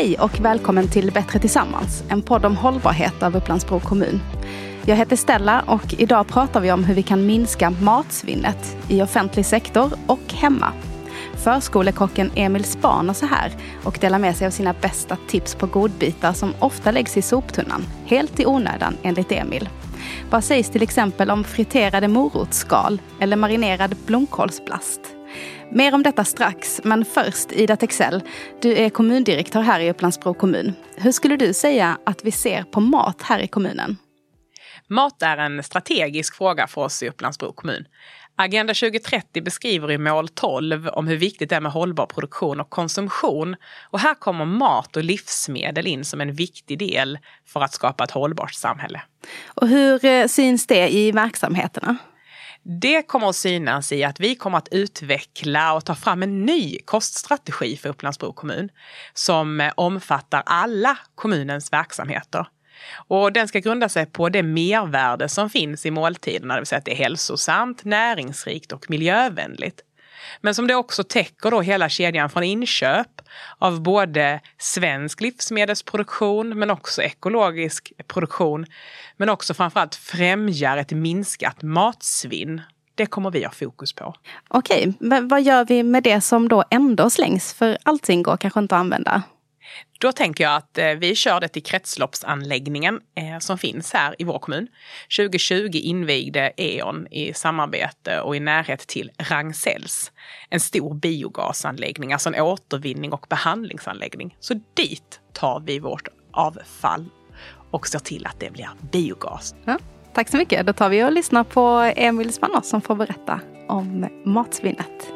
Hej och välkommen till Bättre tillsammans, en podd om hållbarhet av Upplands-Bro kommun. Jag heter Stella och idag pratar vi om hur vi kan minska matsvinnet i offentlig sektor och hemma. Förskolekocken Emil Span och så här och delar med sig av sina bästa tips på godbitar som ofta läggs i soptunnan, helt i onödan enligt Emil. Vad sägs till exempel om friterade morotsskal eller marinerad blomkålsblast? Mer om detta strax, men först Ida Texell, du är kommundirektör här i Upplands-Bro kommun. Hur skulle du säga att vi ser på mat här i kommunen? Mat är en strategisk fråga för oss i Upplands-Bro kommun. Agenda 2030 beskriver i mål 12 om hur viktigt det är med hållbar produktion och konsumtion. Och här kommer mat och livsmedel in som en viktig del för att skapa ett hållbart samhälle. Och hur syns det i verksamheterna? Det kommer att synas i att vi kommer att utveckla och ta fram en ny koststrategi för Upplands-Bro kommun som omfattar alla kommunens verksamheter. Och den ska grunda sig på det mervärde som finns i måltiderna, det vill säga att det är hälsosamt, näringsrikt och miljövänligt. Men som det också täcker då hela kedjan från inköp av både svensk livsmedelsproduktion men också ekologisk produktion. Men också framförallt främjar ett minskat matsvinn. Det kommer vi ha fokus på. Okej, men vad gör vi med det som då ändå slängs? För allting går kanske inte att använda. Då tänker jag att vi kör det till kretsloppsanläggningen som finns här i vår kommun. 2020 invigde E.ON i samarbete och i närhet till Ragn-Sells en stor biogasanläggning, alltså en återvinning och behandlingsanläggning. Så dit tar vi vårt avfall och ser till att det blir biogas. Ja, tack så mycket. Då tar vi och lyssnar på Emil Spanner som får berätta om matsvinnet.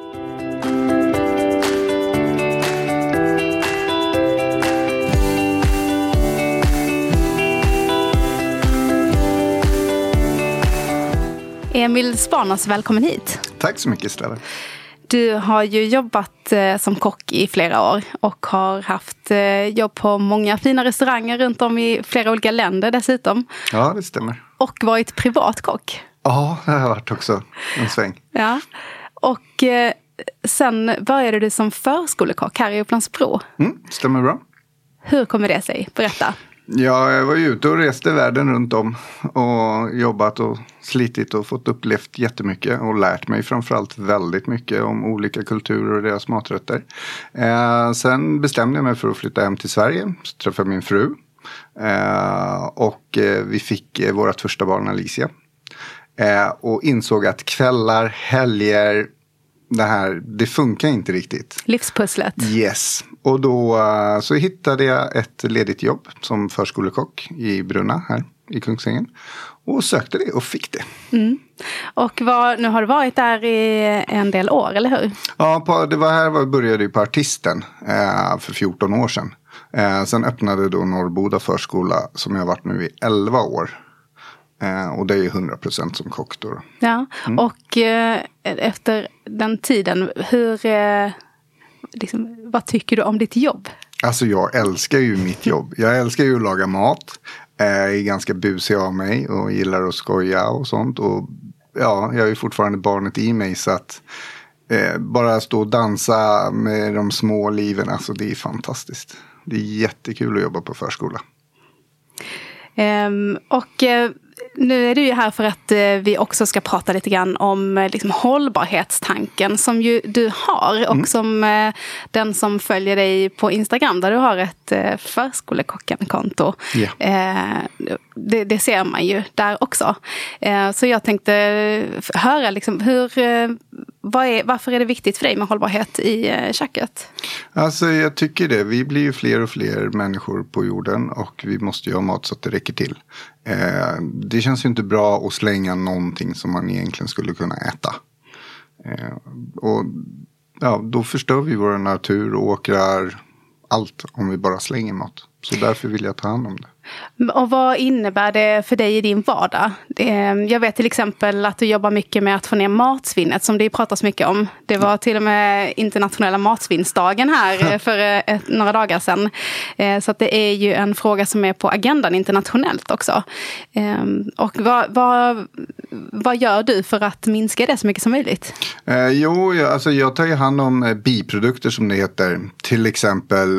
Emil Spaners, välkommen hit. Tack så mycket, Stella. Du har ju jobbat som kock i flera år och har haft jobb på många fina restauranger runt om i flera olika länder dessutom. Ja, det stämmer. Och varit privatkock. Ja, det har jag varit också en sväng. Ja, och sen började du som förskolekock här i Upplands-Bro. Stämmer bra. Hur kommer det sig? Berätta. Ja, jag var ute och reste världen runt om och jobbat och slitit och fått upplevt jättemycket och lärt mig framförallt väldigt mycket om olika kulturer och deras maträtter. Sen bestämde jag mig för att flytta hem till Sverige, så träffade min fru och vi fick vårt första barn Alicia och insåg att kvällar, helger, det funkar inte riktigt. Livspusslet. Yes. Och då så hittade jag ett ledigt jobb som förskolekock i Brunna här i Kungsängen. Och sökte det och fick det. Och nu har du varit där i en del år, eller hur? Ja, började ju på Artisten för 14 år sedan. Sen öppnade då Norrboda förskola som jag har varit nu i 11 år. Och det är ju 100% som kock då. Ja, och efter den tiden, vad tycker du om ditt jobb? Alltså jag älskar ju mitt jobb. Jag älskar ju att laga mat. Jag är ganska busig av mig och gillar att skoja och sånt. Och ja, jag är ju fortfarande barnet i mig så att bara stå och dansa med de små liven, alltså det är fantastiskt. Det är jättekul att jobba på förskola. Nu är du ju här för att vi också ska prata lite grann om hållbarhetstanken som ju du har och som den som följer dig på Instagram där du har ett förskolekocken-konto. Yeah. Det ser man ju där också. Så jag tänkte höra varför är det viktigt för dig med hållbarhet i köket? Alltså jag tycker det. Vi blir ju fler och fler människor på jorden och vi måste ju ha mat så att det räcker till. Det känns ju inte bra att slänga någonting som man egentligen skulle kunna äta. Och ja, då förstör vi vår natur och åkrar allt om vi bara slänger mat. Så därför vill jag ta hand om det. Och vad innebär det för dig i din vardag? Jag vet till exempel att du jobbar mycket med att få ner matsvinnet som det pratas mycket om. Det var till och med internationella matsvinnsdagen här för några dagar sedan. Så att det är ju en fråga som är på agendan internationellt också. Och vad gör du för att minska det så mycket som möjligt? Jag tar ju hand om biprodukter som det heter. Till exempel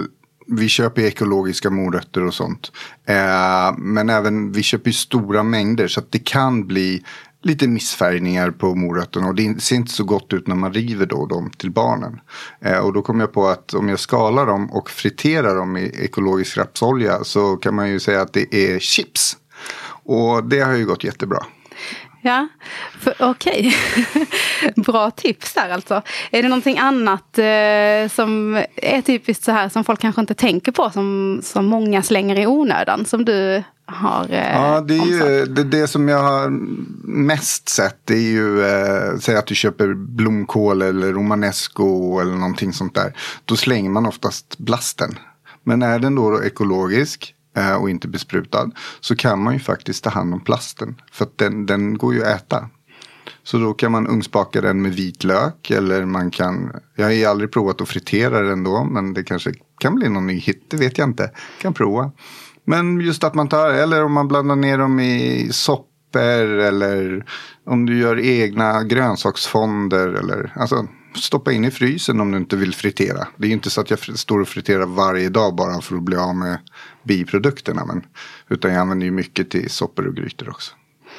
vi köper ekologiska morötter och sånt. Men även vi köper stora mängder så att det kan bli lite missfärgningar på morötterna. Och det ser inte så gott ut när man river då dem till barnen. Och då kom jag på att om jag skalar dem och friterar dem i ekologisk rapsolja så kan man ju säga att det är chips. Och det har ju gått jättebra. Ja, okej. Bra tips där alltså. Är det någonting annat som är typiskt så här som folk kanske inte tänker på som många slänger i onödan som du har Ja, det är ju det som jag har mest sett. Det är ju säg att du köper blomkål eller romanesco eller någonting sånt där. Då slänger man oftast blasten. Men är den då ekologisk och inte besprutad så kan man ju faktiskt ta hand om plasten. För att den går ju att äta. Så då kan man ugnsbaka den med vitlök eller man kan, jag har ju aldrig provat att fritera den då, men det kanske kan bli någon ny hit, det vet jag inte. Kan prova. Men just att man tar, eller om man blandar ner dem i soppor eller om du gör egna grönsaksfonder eller alltså stoppa in i frysen om du inte vill fritera. Det är ju inte så att jag står och friterar varje dag bara för att bli av med biprodukterna. Utan jag använder ju mycket till soppor och grytor också.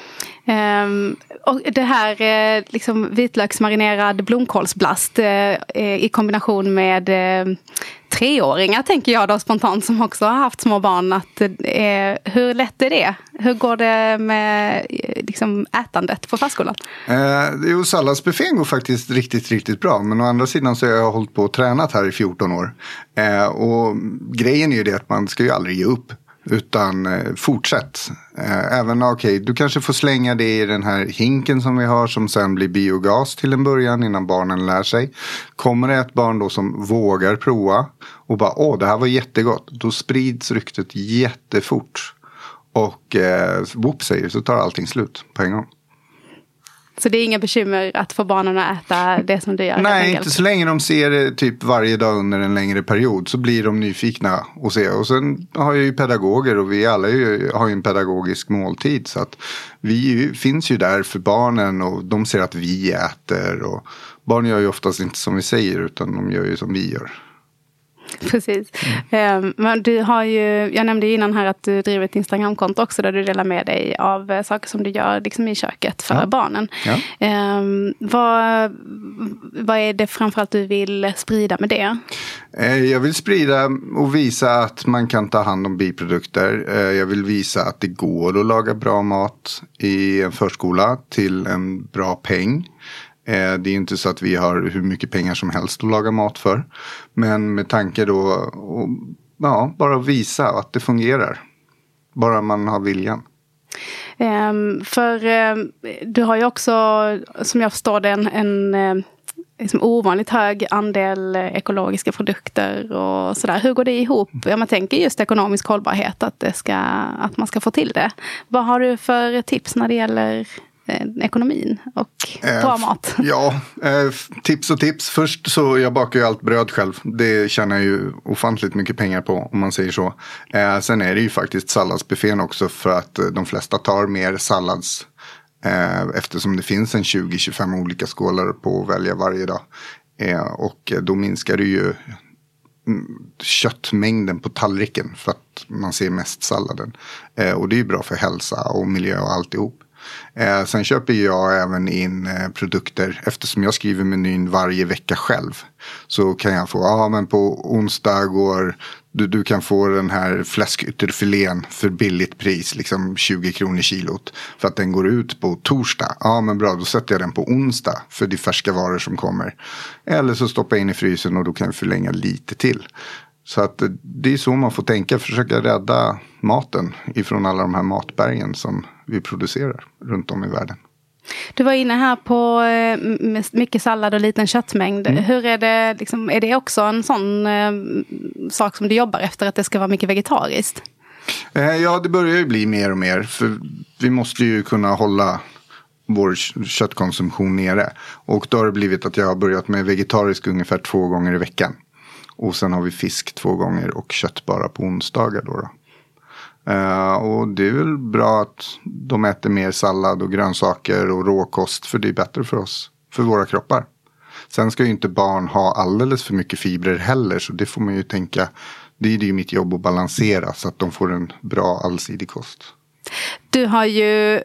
Och det här liksom vitlöksmarinerad blomkålsblast i kombination med 3-åringar tänker jag då spontant som också har haft små barn. Att, hur lätt är det? Hur går det med liksom, ätandet på förskolan? Salladsbuffén går faktiskt riktigt, riktigt bra. Men å andra sidan så har jag hållit på och tränat här i 14 år. Och grejen är ju det att man ska ju aldrig ge upp. Utan fortsätt. Även du kanske får slänga det i den här hinken som vi har som sen blir biogas till en början innan barnen lär sig. Kommer det ett barn då som vågar prova och bara det här var jättegott. Då sprids ryktet jättefort. Och whoop säger så tar allting slut på en gång. Så det är inga bekymmer att få barnen att äta det som du gör? Nej, inte så länge de ser det typ varje dag under en längre period så blir de nyfikna och se. Och sen har jag ju pedagoger och vi alla har ju en pedagogisk måltid. Så att vi finns ju där för barnen och de ser att vi äter. Och barn gör ju oftast inte som vi säger utan de gör ju som vi gör. Precis. Men du har ju, jag nämnde innan här att du driver ett Instagramkonto också där du delar med dig av saker som du gör liksom i köket för barnen. Ja. Vad är det framförallt du vill sprida med det? Jag vill sprida och visa att man kan ta hand om biprodukter. Jag vill visa att det går att laga bra mat i en förskola till en bra peng. Det är inte så att vi har hur mycket pengar som helst att laga mat för. Men med tanke då, bara visa att det fungerar. Bara man har viljan. Du har ju också, som jag förstår det, en liksom ovanligt hög andel ekologiska produkter och sådär. Hur går det ihop? Man tänker just ekonomisk hållbarhet, att man ska få till det. Vad har du för tips när det gäller ekonomin och bra mat? Tips och tips. Först så jag bakar ju allt bröd själv. Det tjänar jag ju ofantligt mycket pengar på om man säger så. Sen är det ju faktiskt salladsbuffén också för att de flesta tar mer sallads eftersom det finns en 20-25 olika skålar på att välja varje dag. Och då minskar det ju köttmängden på tallriken för att man ser mest salladen. Och det är ju bra för hälsa och miljö och alltihop. Sen köper jag även in produkter eftersom jag skriver menyn varje vecka själv. Så kan jag få, men på onsdag går du kan få den här fläskytterfilén för billigt pris, liksom 20 kronor kilot. För att den går ut på torsdag. Ja men bra, då sätter jag den på onsdag för de färska varor som kommer. Eller så stoppar jag in i frysen och då kan jag förlänga lite till. Så att det är så man får tänka, försöka rädda maten ifrån alla de här matbergen som vi producerar runt om i världen. Du var inne här på mycket sallad och liten köttmängd. Hur är det, liksom, är det också en sån sak som du jobbar efter, att det ska vara mycket vegetariskt? Ja, det börjar ju bli mer och mer. För vi måste ju kunna hålla vår köttkonsumtion nere. Och då har det blivit att jag har börjat med vegetarisk ungefär 2 gånger i veckan. Och sen har vi fisk 2 gånger och kött bara på onsdagar då. Och det är väl bra att de äter mer sallad och grönsaker och råkost, för det är bättre för oss, för våra kroppar. Sen ska ju inte barn ha alldeles för mycket fibrer heller, så det får man ju tänka Det är ju mitt jobb att balansera så att de får en bra allsidig kost. Du har ju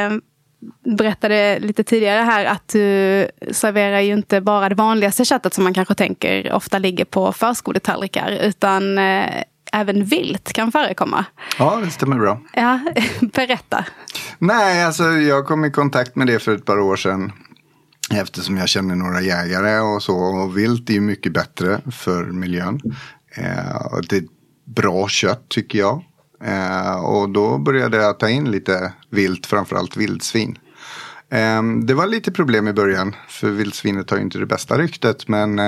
berättade lite tidigare här att du serverar ju inte bara det vanligaste köttet som man kanske tänker ofta ligger på förskoletallrikar, utan även vilt kan förekomma. Ja, det stämmer bra. Ja, berätta. Nej, alltså jag kom i kontakt med det för ett par år sedan. Eftersom jag känner några jägare och så. Och vilt är ju mycket bättre för miljön. Och det är bra kött tycker jag. Och då började jag ta in lite vilt, framförallt vildsvin. Det var lite problem i början. För vildsvinet har ju inte det bästa ryktet. Men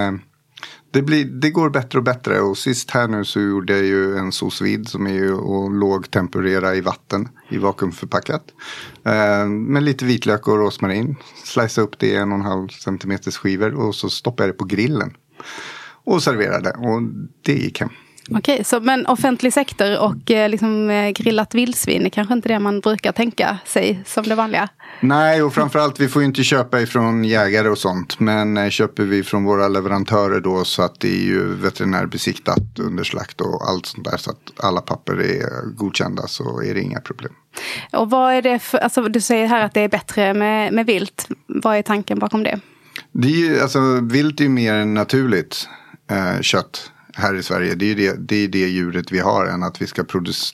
det går bättre och bättre. Och sist här nu så gjorde jag ju en sous vide som är ju att lågtemperera i vatten i vakuumförpackat. Med lite vitlök och rosmarin. Slice upp det i 1,5 centimeters skivor. Och så stoppar jag det på grillen. Och serverade. Och det gick hem. Okej, men offentlig sektor och liksom grillat vildsvin är kanske inte det man brukar tänka sig som det vanliga? Nej, och framförallt vi får ju inte köpa ifrån jägare och sånt. Men köper vi från våra leverantörer då så att det är ju veterinärbesiktat under slakt och allt sånt där. Så att alla papper är godkända så är det inga problem. Och vad är det för, alltså du säger här att det är bättre med vilt. Vad är tanken bakom det? Det är ju, alltså vilt är ju mer naturligt kött. Här i Sverige, det är det djuret vi har än att vi ska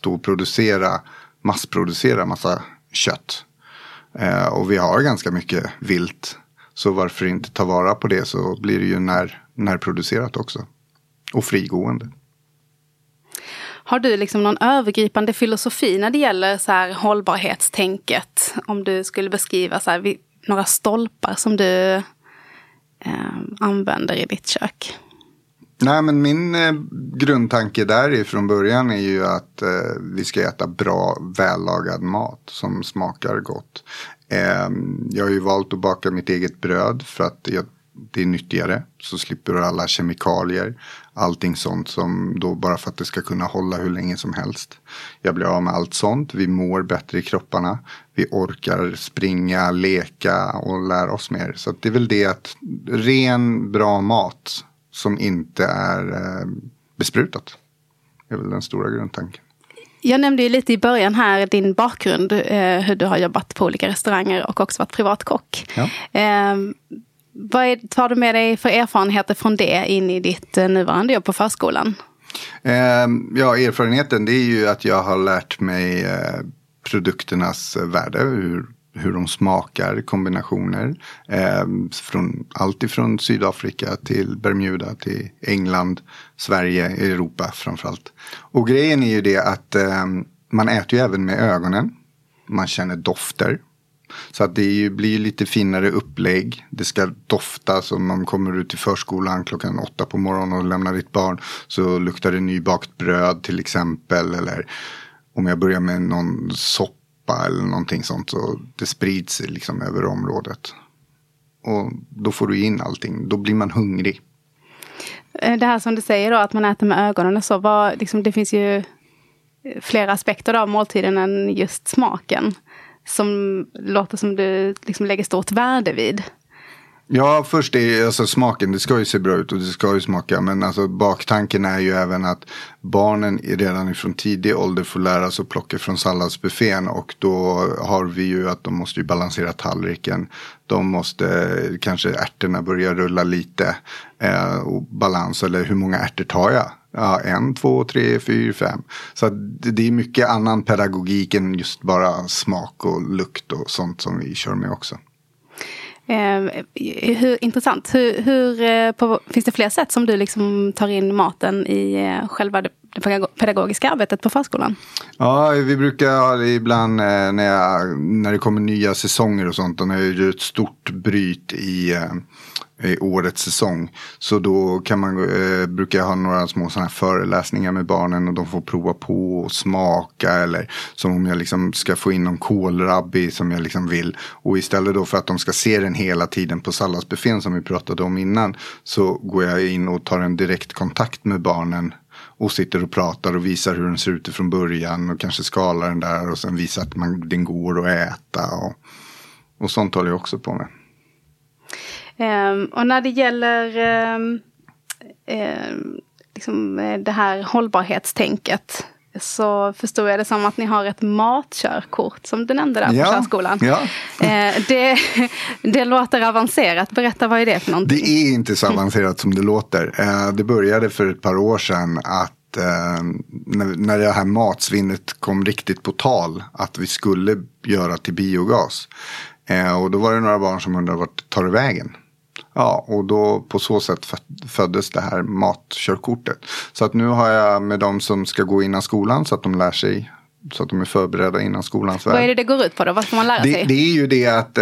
massproducera massa kött. Och vi har ganska mycket vilt. Så varför inte ta vara på det så blir det ju närproducerat också. Och frigående. Har du liksom någon övergripande filosofi när det gäller så här hållbarhetstänket? Om du skulle beskriva så här, några stolpar som du använder i ditt kök? Nej, men min grundtanke där från början är ju att vi ska äta bra, vällagad mat som smakar gott. Jag har ju valt att baka mitt eget bröd för att det är nyttigare. Så slipper du alla kemikalier, allting sånt som då bara för att det ska kunna hålla hur länge som helst. Jag blir av med allt sånt, vi mår bättre i kropparna. Vi orkar springa, leka och lära oss mer. Så att det är väl det att ren, bra mat som inte är besprutat. Det är väl den stora grundtanken. Jag nämnde ju lite i början här din bakgrund. Hur du har jobbat på olika restauranger och också varit privatkock. Ja. Vad tar du med dig för erfarenheter från det in i ditt nuvarande jobb på förskolan? Ja, erfarenheten det är ju att jag har lärt mig produkternas värde. Hur de smakar, kombinationer. Allt ifrån Sydafrika till Bermuda till England, Sverige, Europa framförallt. Och grejen är ju det att man äter ju även med ögonen. Man känner dofter. Så att det blir lite finare upplägg. Det ska dofta som om man kommer ut till förskolan 8 på morgonen och lämnar ditt barn. Så luktar det nybakt bröd till exempel. Eller om jag börjar med någon soppa eller någonting sånt så det sprids liksom över området. Och då får du in allting. Då blir man hungrig. Det här som du säger då att man äter med ögonen och så. Det finns ju flera aspekter av måltiden än just smaken. Som låter som du liksom lägger stort värde vid. Ja, först är alltså smaken, det ska ju se bra ut och det ska ju smaka. Men alltså baktanken är ju även att barnen redan ifrån tidig ålder får lära sig att plocka från salladsbuffén. Och då har vi ju att de måste ju balansera tallriken. De måste kanske ärtorna börja rulla lite och balans, eller hur många ärtor tar jag? Ja, 1, 2, 3, 4, 5. Så det är mycket annan pedagogik än just bara smak och lukt och sånt som vi kör med också. Intressant. Finns det fler sätt som du liksom tar in maten i själva det pedagogiska arbetet på förskolan? Ja, vi brukar ibland när det kommer nya säsonger och sånt, och när det är ett stort bryt i årets säsong. Så då brukar jag ha några små sådana här föreläsningar med barnen och de får prova på och smaka, eller som om jag liksom ska få in någon kålrabbi som jag liksom vill. Och istället då för att de ska se den hela tiden på salladsbuffén som vi pratade om innan, så går jag in och tar en direkt kontakt med barnen och sitter och pratar och visar hur den ser ut från början och kanske skalar den där och sen visar att den går att äta och sånt håller jag också på med. Och när det gäller liksom, det här hållbarhetstänket, så förstår jag det som att ni har ett matkörkort som du nämnde där på körskolan. Ja. Det låter avancerat. Berätta, vad är det för någonting? Det är inte så avancerat som det låter. Det började för ett par år sedan att när det här matsvinnet kom riktigt på tal, att vi skulle göra till biogas. Och då var det några barn som undrade vart tar det vägen. Ja, och då på så sätt föddes det här matkörkortet. Så att nu har jag med dem som ska gå innan skolan så att de lär sig, så att de är förberedda innan skolans värld. Vad är det går ut på då? Vad får man lära sig? Det är ju det att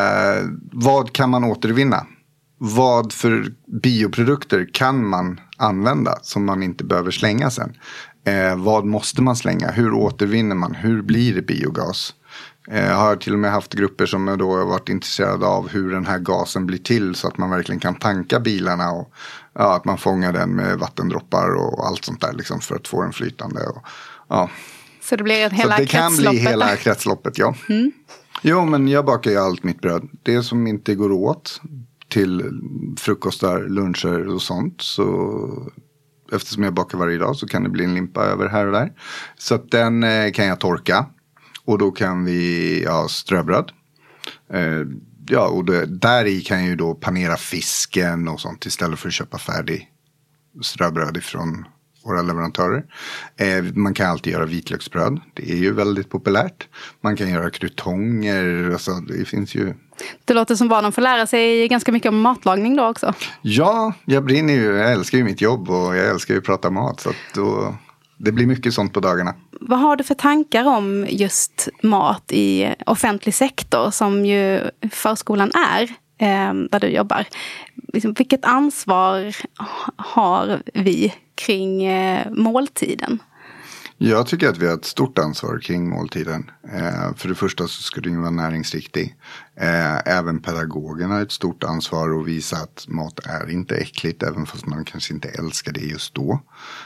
vad kan man återvinna? Vad för bioprodukter kan man använda som man inte behöver slänga sen? Vad måste man slänga? Hur återvinner man? Hur blir det biogas? Jag har till och med haft grupper som då har varit intresserade av hur den här gasen blir till så att man verkligen kan tanka bilarna och att man fångar den med vattendroppar och allt sånt där liksom för att få den flytande. Så det blir hela kretsloppet? Så det kan bli hela kretsloppet, ja. Mm. Jo, men jag bakar ju allt mitt bröd. Det som inte går åt till frukostar, luncher och sånt, så eftersom jag bakar varje dag så kan det bli en limpa över här och där. Så att den kan jag torka. Och då kan vi ströbröd. Och där i kan jag ju då panera fisken och sånt istället för att köpa färdig ströbröd ifrån våra leverantörer. Man kan alltid göra vitlöksbröd. Det är ju väldigt populärt. Man kan göra krutonger. Alltså, det finns ju... Det låter som barnen får lära sig ganska mycket om matlagning då också. Ja, jag älskar ju mitt jobb och jag älskar ju att prata mat. Så att det blir mycket sånt på dagarna. Vad har du för tankar om just mat i offentlig sektor som ju förskolan är, där du jobbar? Vilket ansvar har vi kring måltiden? Jag tycker att vi har ett stort ansvar kring måltiden. För det första så ska den ju vara näringsriktig. Även pedagogerna har ett stort ansvar att visa att mat är inte äckligt, även fast man kanske inte älskar det just då.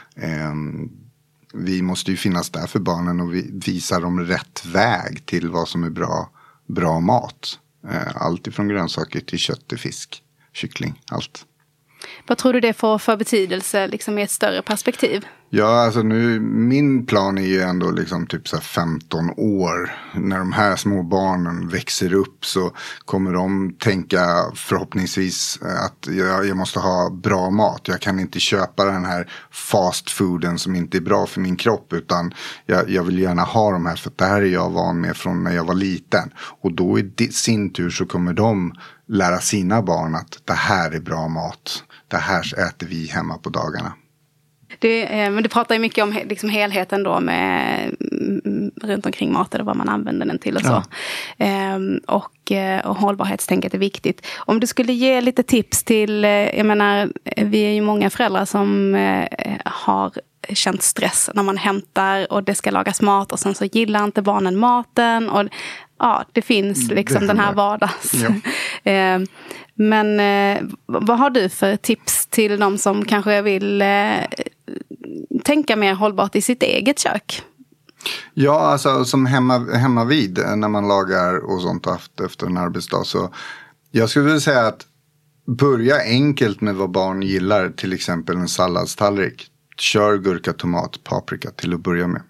Vi måste ju finnas där för barnen och visa dem rätt väg till vad som är bra mat. Allt ifrån grönsaker till kött till fisk, kyckling, allt. Vad tror du det får för betydelse liksom, i ett större perspektiv? Ja, alltså min plan är ju ändå liksom typ så här 15 år. När de här små barnen växer upp så kommer de tänka förhoppningsvis att jag måste ha bra mat. Jag kan inte köpa den här fast fooden som inte är bra för min kropp, utan jag vill gärna ha de här, för det här är jag van med från när jag var liten. Och då i sin tur så kommer de lära sina barn att det här är bra mat. Det här äter vi hemma på dagarna. Men du pratar ju mycket om liksom helheten då med runt omkring maten och vad man använder den till och så. Och hållbarhetstänket är viktigt. Om du skulle ge lite tips till, jag menar, vi är ju många föräldrar som har känt stress när man hämtar och det ska lagas mat och sen så gillar inte barnen maten och det finns liksom den här vardags. Ja. Men vad har du för tips till de som kanske vill tänka mer hållbart i sitt eget kök? Ja, alltså som hemma vid när man lagar och sånt efter en arbetsdag, så jag skulle vilja säga att börja enkelt med vad barn gillar, till exempel en salladstallrik. Kör gurka, tomat, paprika till att börja med.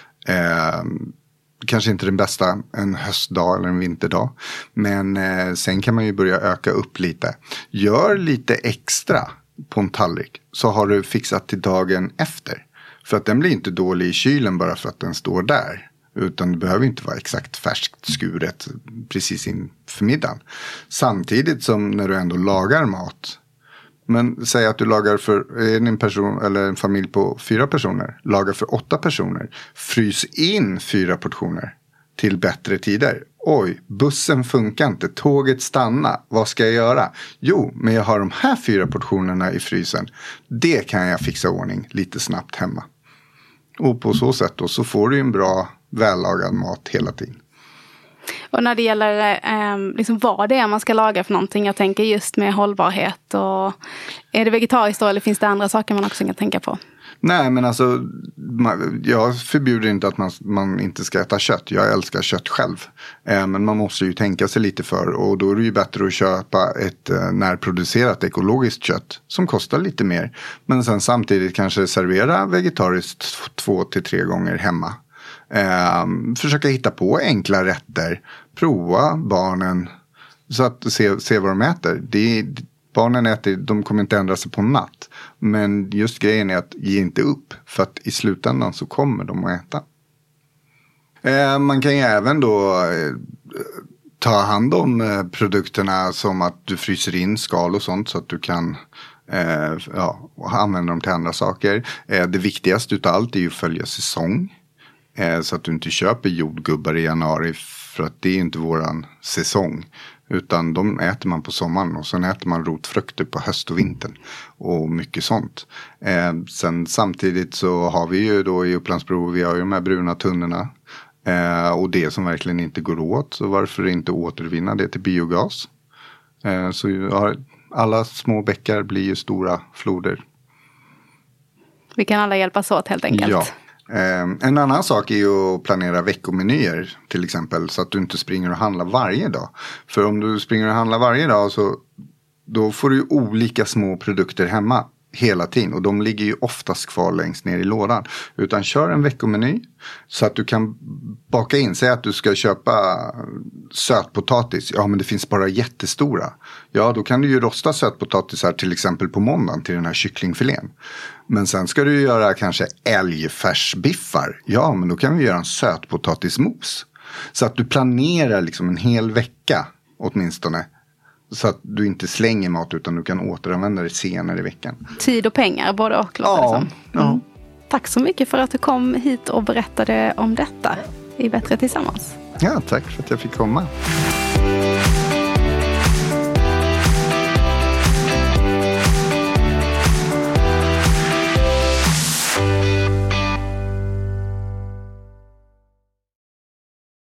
Kanske inte den bästa en höstdag eller en vinterdag. Men sen kan man ju börja öka upp lite. Gör lite extra på en tallrik, så har du fixat till dagen efter. För att den blir inte dålig i kylen bara för att den står där. Utan det behöver inte vara exakt färskt skuret precis inför middagen. Samtidigt som när du ändå lagar mat. Men säg att du lagar för en person eller en familj på 4 personer. Lagar för 8 personer. Frys in 4 portioner till bättre tider. Oj, bussen funkar inte. Tåget stannar. Vad ska jag göra? Jo, men jag har de här 4 portionerna i frysen. Det kan jag fixa ordning lite snabbt hemma. Och på så sätt då så får du en bra vällagad mat hela tiden. Och när det gäller liksom vad det är man ska laga för någonting, jag tänker just med hållbarhet, och är det vegetariskt då eller finns det andra saker man också kan tänka på? Nej, men alltså jag förbjuder inte att man inte ska äta kött. Jag älskar kött själv. Men man måste ju tänka sig lite för. Och då är det ju bättre att köpa ett närproducerat ekologiskt kött som kostar lite mer. Men sen samtidigt kanske servera vegetariskt 2-3 gånger hemma. Försöka hitta på enkla rätter. Prova barnen så att se vad de äter. Barnen äter, de kommer inte ändra sig på en natt. Men just grejen är att ge inte upp. För att i slutändan så kommer de att äta. Man kan ju även då ta hand om produkterna som att du fryser in skal och sånt. Så att du kan använda dem till andra saker. Det viktigaste utav allt är ju att följa säsong. Så att du inte köper jordgubbar i januari. För att det är inte våran säsong. Utan de äter man på sommaren och sen äter man rotfrukter på höst och vintern. Och mycket sånt. Sen samtidigt så har vi ju då i Upplandsbro, vi har ju de här bruna tunnorna. Och det som verkligen inte går åt. Så varför inte återvinna det till biogas? Så alla små bäckar blir ju stora floder. Vi kan alla hjälpas åt helt enkelt. Ja. En annan sak är ju att planera veckomenyer till exempel. Så att du inte springer och handlar varje dag. För om du springer och handlar varje dag så då får du olika små produkter hemma hela tiden. Och de ligger ju oftast kvar längst ner i lådan. Utan kör en veckomeny så att du kan baka in. Säg att du ska köpa sötpotatis. Ja, men det finns bara jättestora. Ja, då kan du ju rosta sötpotatisar till exempel på måndagen till den här kycklingfilén. Men sen ska du göra kanske älgfärsbiffar. Ja, men då kan vi göra en sötpotatismos. Så att du planerar liksom en hel vecka åtminstone. Så att du inte slänger mat utan du kan återanvända det senare i veckan. Tid och pengar både och. Ja. Tack så mycket för att du kom hit och berättade om detta i Bättre Tillsammans. Ja, tack för att jag fick komma.